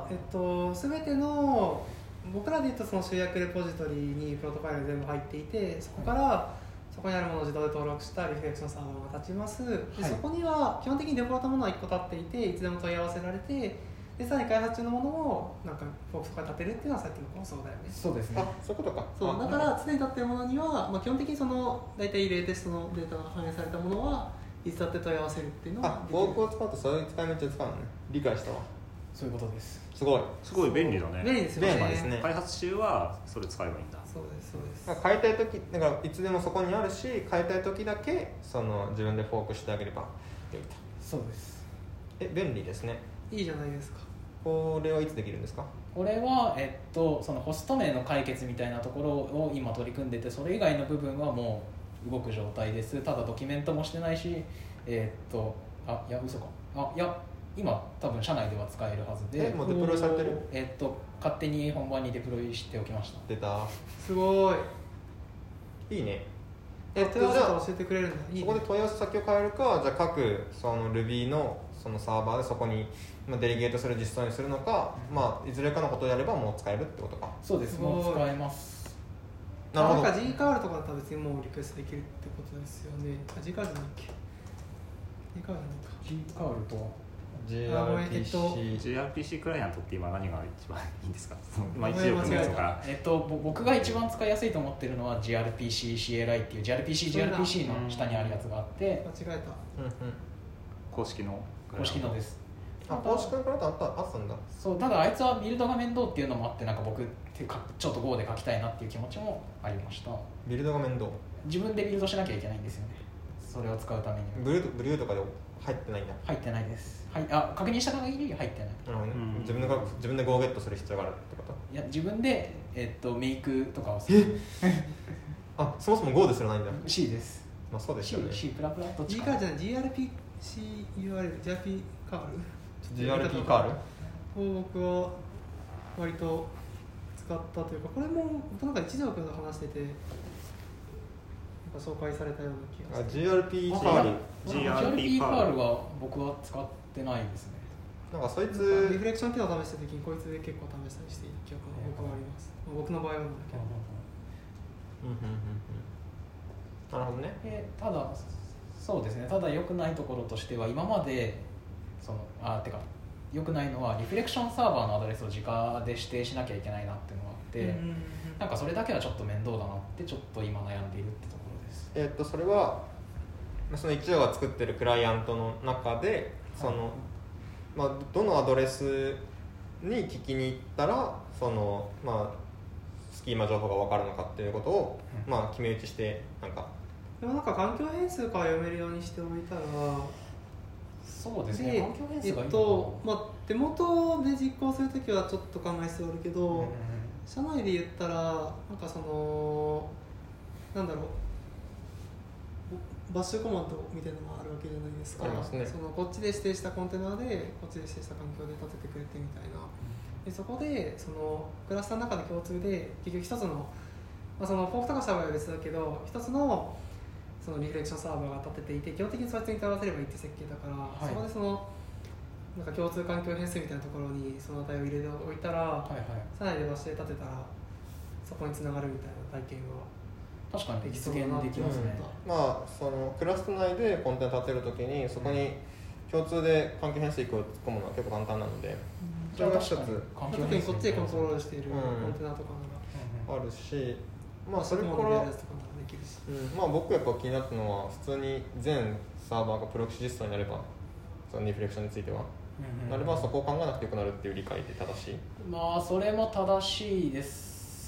えっと、全ての僕らで言うとその集約レポジトリにプロトファイルが全部入っていて、そこからそこにあるものを自動で登録したリフレクションサーバーが立ちます。で、はい、そこには基本的にデフォルトものはいっこ立っていていつでも問い合わせられて、でさらに開発中のものをなんかフォークとか立てるっていうのはさっきの構想だよね。 そうですね。 あ、そういうことか。 そうだから常に立っているものには、まあ、基本的にその大体レイテストのデータが反映されたものはいつだって問い合わせるっていうのはあ、フォークを使うとそういう使い道を使うのね。理解したわ。 そういうことです。 すごいすごい便利だね。 便利ですよね。 便利ですね。 開発中はそれ使えばいいんだ。 そうですそうです。 変えたい時だからいつでもそこにあるし、変えたい時だけその自分でフォークしてあげればいいと。 そうです。 え、便利ですね。 いいじゃないですか。 これはいつできるんですか。 これは、えっと、そのホスト名の解決みたいなところを今取り組んでて、それ以外の部分はもう動く状態です。ただドキュメントもしてないし、えっとあいや嘘かあいや今多分社内では使えるはずで。 え、もうデプロイされてる。 えっと勝手に本番にデプロイしておきました。 出た。 すごいいいね。 えっと、じゃあ教えてくれるんだ。いいね。 そこで問い合わせ先を変えるか、じゃあ各その Ruby のそのサーバーでそこにデリゲートする実装にするのか、まあ、いずれかのことをやればもう使えるってことか。 そうです。もう使えます。 なるほど。 なんか G カールとかだったら別にもうリクエストできるってことですよね。あ、G カールじゃないっけ。G カールじゃないか。 G カールとはジェイアールピーシー、 ジェイアールピーシー クライアントって今何が一番いいんですか。 まあ一応組み合わせがえっと、僕が一番使いやすいと思ってるのは ジーアールピーシーシーエルアイ っていう ジーアールピーシー、ジーアールピーシー の下にあるやつがあって、 間違えた。 うんうん、 公式の公式のです。 あ、公式のクライアントあったあったんだ。 そう、ただあいつはビルドが面倒っていうのもあって、なんか僕ちょっと Go で書きたいなっていう気持ちもありました。 ビルドが面倒。 自分でビルドしなきゃいけないんですよね。それを使うためにブルーブルーとかで入ってないんだ。 入ってないです。はい、あ、確認した限り入ってない。 なるほどね。 うん、 自分で自分で Go ゲットする必要があるってこと。 いや、自分でえっとメイクとかをする。 あ、そもそも Go ですらないんだ。 C です。 まあそうですよね。 C、C プラプラどっち G かカールじゃない。ジーアールピーシーユーアール、ジーアールピー カール。 ジーアールピー カール。 を僕は割と使ったというか、これもなんか一条君と話しててなんか紹介されたような気があしてジーアールピーあカールジーアールピージーアールピーカールカールは僕は使ってないですね。 なんかそいリつフレクションっていうのを試した時にこいつで結構試したりしていた記憶が僕はあります、まあ僕の場合はなんだけど、 うんうんうんうんなるほどね。 えただそうですね、ただ良くないところとしては今までそのあてか良くないのはリフレクションサーバーのアドレスを自家で指定しなきゃいけないなっていうのがあって、 うんうんうんなんかそれだけはちょっと面倒だなってちょっと今悩んでいるってところです。 えっとそれはその一条が作ってるクライアントの中でその、まあ、どのアドレスに聞きに行ったらその、まあ、スキーマ情報が分かるのかっていうことを、 うんまあ、決め打ちしてなんかでもなんか環境変数から読めるようにしておいたらそうですね、 で環境変数えっがいいのかな、 とまあ、手元で実行するときはちょっと考え必要あるけど、 うんうん社内で言ったらなんかそのなんだろうバッシュコマンドみたいなのがあるわけじゃないですか。 ありますねそのこっちで指定したコンテナでこっちで指定した環境で立ててくれてみたいな。でそこでそのクラスターの中で共通で結局一つの、まあ、そのフォークとかした場合は別だけど一つのそのリフレクションサーバーが立てていて基本的にそいつに問い合わせればいいって設計だから、 はいそこでそのなんか共通環境変数みたいなところにその値を入れておいたら、 はいはい、 社内でバッシュで立てたらそこに繋がるみたいな体験は確かにでき実現そうだなってできますね、 まあそのクラス内でコンテナ立てるときにそこに共通で環境変数いっこ突っ込むのは結構簡単なのでそれが一つ特にこっちでコントロールしているうんコンテナとかなら、 あるし、まあまあ、 それから、 そこまでやるやつとかならできるし、 うん、まあ僕やっぱ気になったのは普通に全サーバーがプロキシ実装になればそのリフレクションについては、 うんうんなればそこを考えなくてよくなるっていう理解で正しい。 まあそれも正しいです。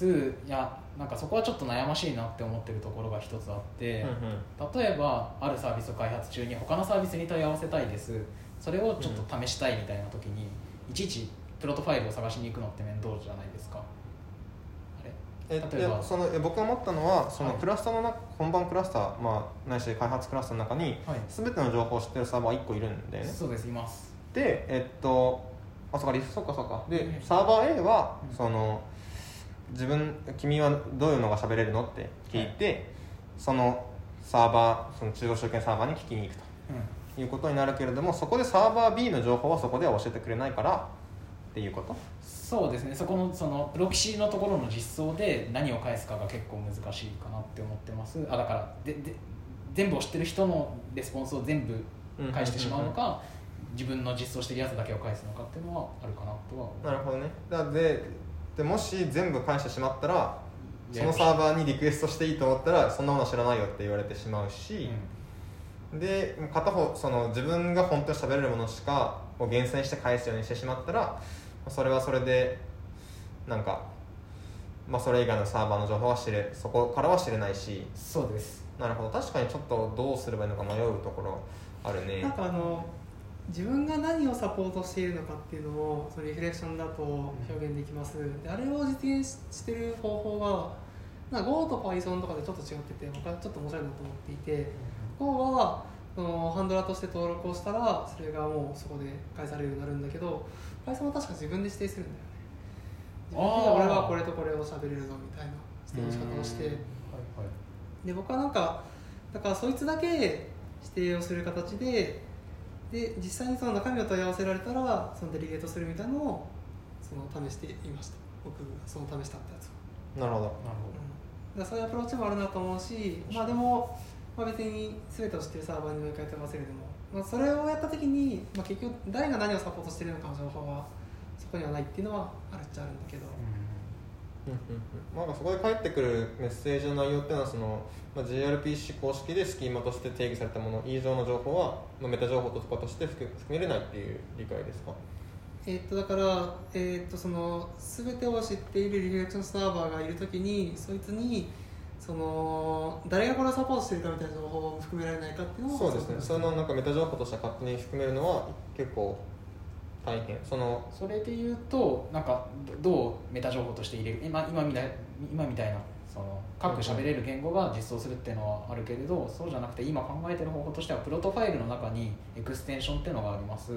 いやなんかそこはちょっと悩ましいなって思ってるところが一つあって、 うんうん例えばあるサービスを開発中に他のサービスに問い合わせたいです、それをちょっと試したいみたいな時に、いちいちプロトファイルを探しに行くのって面倒じゃないですか。あれえ例えばいやそのえ僕が思ったのはそのはいクラスターの中、本番クラスター、まあ、ないし開発クラスターの中にはい、 全ての情報を知ってるサーバーがいっこいるんだよね。 そうですいます。 でえっとあそうかリフそうかそうかで、 うんサーバー A は、 うんその自分君はどういうのが喋れるのって聞いて、そのサーバーその中央集権サーバーに聞きに行くうんということになるけれども、そこでサーバー B の情報はそこでは教えてくれないからっていうこと。 そうですね、そこのそのプロキシのところの実装で何を返すかが結構難しいかなって思ってます。あだからでで全部を知ってる人のレスポンスを全部返してしまうのか、自分の実装してるやつだけを返すのかっていうのはあるかなとは思う。 なるほどね。だででもし全部返してしまったらそのサーバーにリクエストしていいと思ったらそんなもの知らないよって言われてしまうし、で片方その自分が本当に喋れるものしかを厳選して返すようにしてしまったらそれはそれでなんか、まあ、それ以外のサーバーの情報は知れそこからは知れないし。 そうです。 なるほど、確かにちょっとどうすればいいのか迷うところあるね。 なんかあの自分が何をサポートしているのかっていうのをそのリフレクションだと表現できます、であれを実現している方法がなんか Go と Python とかでちょっと違ってて僕はちょっと面白いなと思っていて、 Go はそのハンドラーとして登録をしたらそれがもうそこで返されるようになるんだけど Python は確か自分で指定するんだよね。自分で俺はこれとこれを喋れるぞみたいな指定の仕方をして、 はいはいで僕はなんかだからそいつだけ指定をする形でで実際にその中身を問い合わせられたらそのデリゲートするみたいなのをその試していました。僕がその試したってやつを、 なるほど。 なるうん、だからそういうアプローチもあるなと思うし、まあでも、まあ、別に全てを知ってるサーバーにもう一回問い合わせるでも、まあ、それをやった時に、まあ、結局誰が何をサポートしてるのかの情報はそこにはないっていうのはあるっちゃあるんだけど、 うんうんうん、なんかそこで返ってくるメッセージの内容っていうのはその、まあ、ジーアールピーシー 公式でスキーマとして定義されたもの以上の情報は、まあ、メタ情報とかとして含めれないっていう理解ですか。 えー、っとだから、えー、っとその全てを知っているリフレクションサーバーがいるときにそいつにその誰がこれをサポートしているかみたいな情報を含められないかっていうのをそうですね、そのなんかメタ情報として勝手に含めるのは結構大変。そのそれで言うとなんかどどうメタ情報として入れる今今みたい今みたいなその各喋れる言語が実装するっていうのはあるけれど、そうじゃなくて今考えてる方法としてはプロトファイルの中にエクステンションっていうのがあります。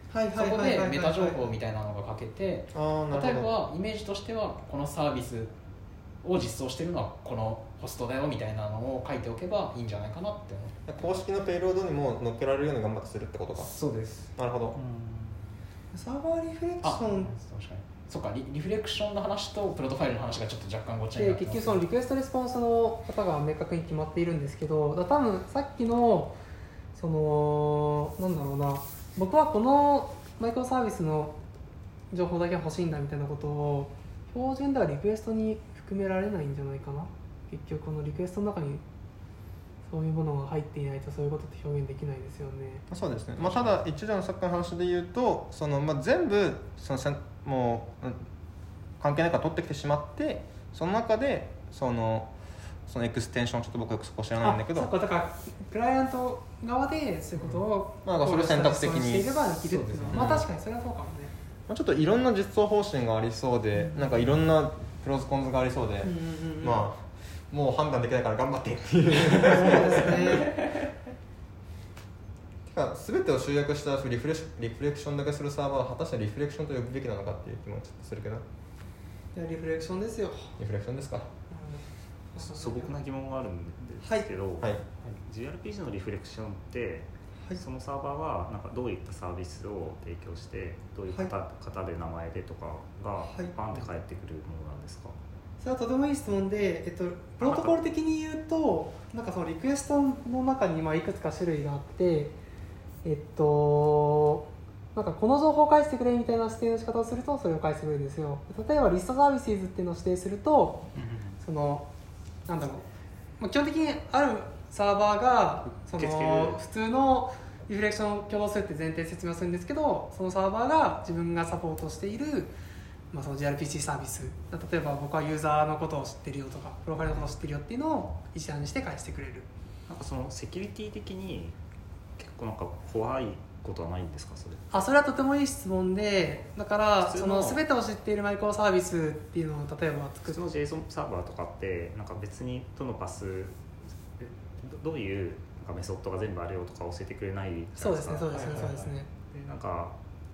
はいはいそこはいはいはいでメタ情報みたいなのが書けて、 あーなるほど。 例えばイメージとしてはこのサービスを実装してるのはこのホストだよみたいなのを書いておけばいいんじゃないかなって思公式のペイロードにも乗っけられるように頑張ってするってことか。 そうです。 なるほど。 うんサーバーリフレクシあ、 ョン確かにそっか リ, リフレクションの話とプロトファイルの話がちょっと若干ごちゃにでなってます結局そのリクエストレスポンスの方が明確に決まっているんですけど、だから多分さっきのそのなんだろうな、僕はこのマイクロサービスの情報だけ欲しいんだみたいなことを標準ではリクエストに含められないんじゃないかな。結局このリクエストの中にそういうものが入っていないとそういうことって表現できないですよね。 そうですね。まあ、ただ一条の作家の話で言うと、そのまあ全部そのせんもう、うん、関係ないから取ってきてしまって、その中でそのそのエクステンションちょっと僕よくそこ知らないんだけど、 あそうか、だからクライアント側でそういうことを、 まあそれを選択的にしていればできるっていうのは、 そうですねまあ確かにそれはそうかもね。 まあ、ちょっといろんな実装方針がありそうで、なんかいろんなプロズコンズがありそうで、 うんうんうん、 まあもう判断できないから頑張ってっていうそうですね。 てか全てを集約したリフレリフレクションだけするサーバーは果たしてリフレクションと呼ぶべきなのかっていう気もちょっとするけど、 いやリフレクションですよ。 リフレクションですか。 素素朴な疑問があるんですけど、 はい、 ジーアールピージー のリフレクションって、 はい、 そのサーバーはなんかどういったサービスを提供してどういう方、はい、方で名前でとかがバンって返ってくるものなんですか。 それはとてもいい質問で、えっと、プロトコル的に言うとなんかそのリクエストの中にまあいくつか種類があって、えっとなんかこの情報を返してくれみたいな指定の仕方をするとそれを返してくれるんですよ。例えばリストサービスっていうのを指定すると、そのなんだろう、まあ、基本的にあるサーバーがその普通のリフレクションを共同するって前提で説明するんですけど、そのサーバーが自分がサポートしている、まあ、その ジーアールピーシー サービス、例えば僕はユーザーのことを知ってるよとかプロファイルのことを知ってるよっていうのを一覧にして返してくれる。 なんかそのセキュリティ的に結構なんか怖いことはないんですか。それあそれはとてもいい質問で、だからその全てを知っているマイクロサービスっていうのを例えば作る普通の ジェイソン サーバーとかってなんか別にどのパスどういうなんかメソッドが全部あるよとか教えてくれない。 そうですねそうですねそうですね。 でなんか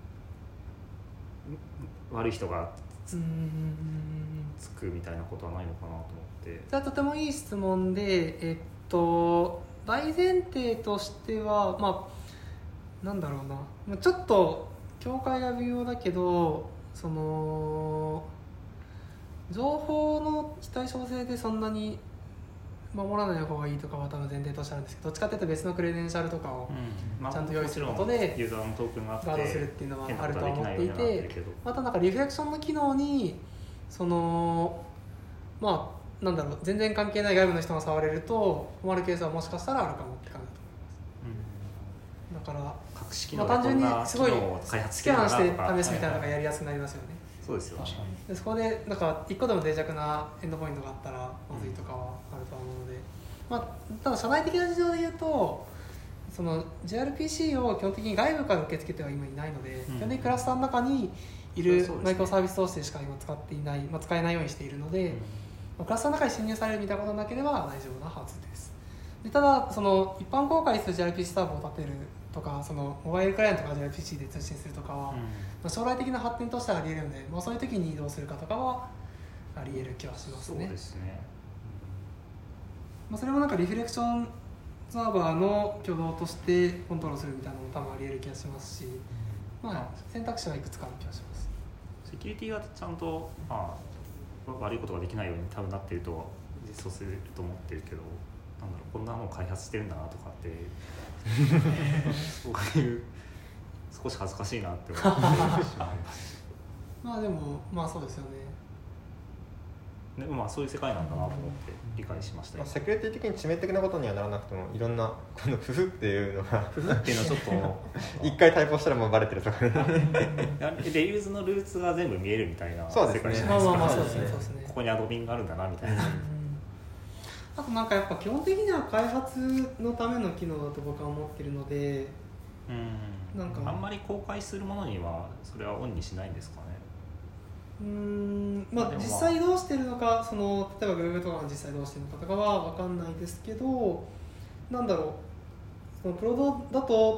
悪い人がつ, つくみたいなことはないのかなと思って。 それはとてもいい質問で、えっと大前提としてはまあなんだろうな、ちょっと境界が微妙だけど、その情報の非対称性でそんなに守らない方がいいとかは多分前提としてあるんですけど、どっちかというと別のクレデンシャルとかをちゃんと用意することでユーザーのトークンがあってガードするっていうのはあるとは思っていて、またなんかリフレクションの機能にそのまあなんだろう全然関係ない外部の人が触れると困るケースはもしかしたらあるかもって感じだと思います。だから隠し機まあ、 能で単純にすごい開発スキャンしてとか試すみたいなのがやりやすくなりますよね。 そうですよね。 でそこでなんかいっこでも脆弱なエンドポイントがあったらまずいとかはあると思うので、まあ、ただ社内的な事情で言うとその ジェイアールピーシー を基本的に外部から受け付けては今いないので、うん、基本的にクラスターの中にいるマイクロサービス同士でしか今使っていない、まあ、使えないようにしているので、うんまあ、クラスターの中に侵入されるみたいなことなければ大丈夫なはずです。でただその一般公開する ジェイアールピーシー サーバーを立てるとかそのモバイルクライアントから ジェイアールピーシー で通信するとかは、うんまあ、将来的な発展としてはあり得るので、まあ、そういう時に移動するかとかはあり得る気はしますね。 そうですね、 まあ、それもなんかリフレクションサーバーの挙動としてコントロールするみたいなのも多分あり得る気がしますし、まあ、選択肢はいくつかある気がします。 セキュリティがちゃんと、まあ、悪いことができないように多分なっていると実装すると思ってるけど、なんだろうこんなもの開発してるんだなとかってそういう少し恥ずかしいなって思ってしまいますまあでもまあそうですよね。 でもまあそういう世界なんだなと思って理解しました、 まあ、セキュリティ的に致命的なことにはならなくてもいろんなこのフフっていうのがフフっていうのはちょっと一回タイプしたらもうバレてるとかねレユーズのルーツが全部見えるみたいな世界じゃないですか。 まあまあまあそうですねそうですね。 ここにアドビンがあるんだなみたいな、うん、 あとなんかやっぱ基本的には開発のための機能だと僕は思ってるので、 うん、 なんかあんまり公開するものにはそれはオンにしないんですかね。 うーんまあ、 まあ実際どうしてるのかその例えば Google とかが実際どうしてるのかとかは分かんないですけど、なんだろうそのプロドだと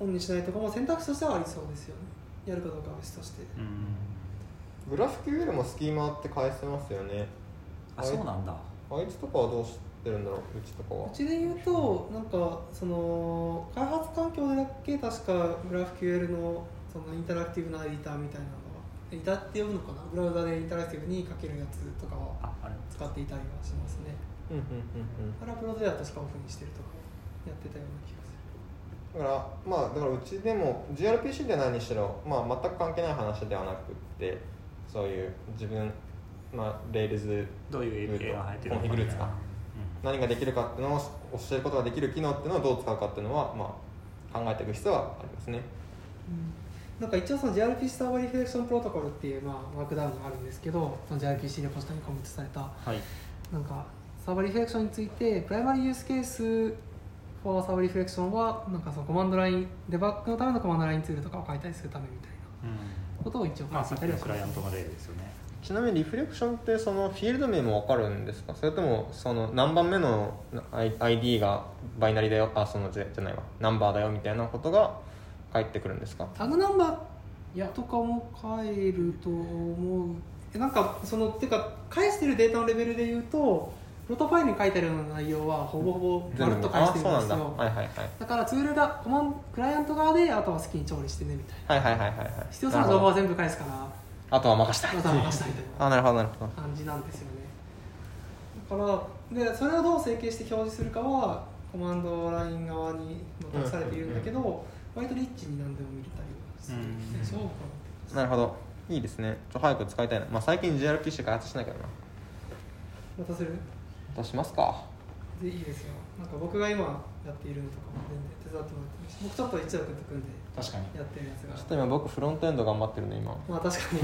オンにしないとかも選択肢としてはありそうですよね。やるかどうかは別として。 うんグラフ キューエル もスキーマって返せますよね。 あそうなんだ。 あいつとかはどうしてるんだろう、うちとかは。 うちで言うと、なんかその開発環境でだけ確かグラフ キューエル のそのインタラクティブなエディターみたいなのが、エディターって呼ぶのかな、ブラウザでインタラクティブに書けるやつとかはああれ使っていたりはしますね。 うんうんうんうん。 パラプロでは確かオフにしてるとかやってたような気がする。 だからまあだからうちでも ジーアールピーシー では何にしろ、まあ、全く関係ない話ではなくって、そういう自分、まあ、レールズどういう エーピーアイ が入ってるのかコンフィグルーツか、何ができるかっていうのを教えることができる機能っていうのをどう使うかっていうのは、まあ、考えていく必要はありますね。 なんか一応その ジーアールピーシー サーバーリフレクションプロトコルっていう、まあ、ワークダウンがあるんですけど、その ジーアールピーシー レポジトリにコミットされた、 はい、 なんかサーバーリフレクションについてプライマリーユースケース for サーバーリフレクションはなんかそのコマンドラインデバッグのためのコマンドラインツールとかを書いたりするためみたいなことを一応書まあいていたりはしさっきのクライアントます。 が例ですよね。 ちなみにリフレクションってそのフィールド名も分かるんですか、それともその何番目の アイディー がバイナリだよ、あそのじゃないわナンバーだよみたいなことが返ってくるんですか。 タグナンバーいやとかも変えると思う。えなんかそのっていうか返してるデータのレベルで言うとプロトファイルに書いてあるような内容はほぼほぼまるっと返してるんですよ。 あそうなんだ、はいはいはい、 だからツールがコマンクライアント側であとは好きに調理してねみたいな、 はいはいはいはいはい、 必要そうな情報は全部返すからあとは任したい、 あとは任したいみたいなあなるほどなるほど、 感じなんですよね。だからでそれをどう整形して表示するかはコマンドライン側に託されているんだけど、うんうんうん、割とリッチに何でも見れたりはするので、そうかな。 なるほど、いいですね。ちょ早く使いたいな。まあ最近 ジーアールピーシー 開発しないけどな。 またする？ またしますか。 でいいですよ。なんか僕が今やっているのとかも全然手伝ってもらってるし、僕ちょっと一応君と組んで確かにやってるやつが。 ちょっと今僕フロントエンド頑張ってるね今。 まあ確かに。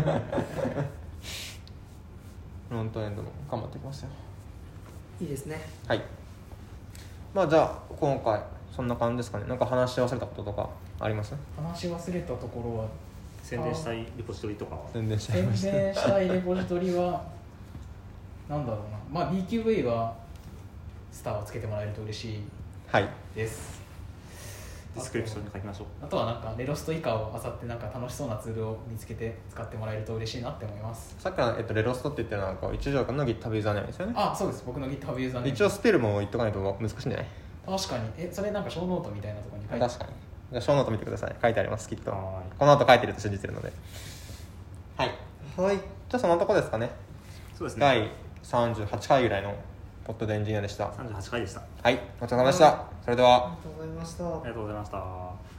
フロントエンドも頑張ってきますよ。 いいですね。 はい。まあじゃあ今回そんな感じですかね。なんか話し忘れたこととかあります？ 話し忘れたところは宣伝したいリポジトリとかは宣伝しちゃい宣ました。 伝したいレポジトリはなんだろうな、まあ ビーキューブイ はスターをつけてもらえると嬉しいはい。 ですディスクリプションに書きましょう。 あとはなんかレロスト以下を漁ってなんか楽しそうなツールを見つけて使ってもらえると嬉しいなって思います。 さっきの、えっと、レロストって言ってるのはなんか一条間の GitHub ユーザーネームですよね。 あ、そうです。僕の GitHub ユーザーネーム一応スペルも言っとかないと難しいんじゃない？ 確かに。え、それなんか小ノートみたいなところに書いて確かに。じゃあショーノート見てください。書いてありますきっと。 はこの後書いてると信じてるので。はい。 はい。 じゃあそのとこですかね。 そうですね。 第さんじゅうはちかいぐらいのポッドでエンジニアでした。 さんじゅうはちかいでした。 はい、お疲れ様でした。それでは。 ありがとうございました。 ありがとうございました。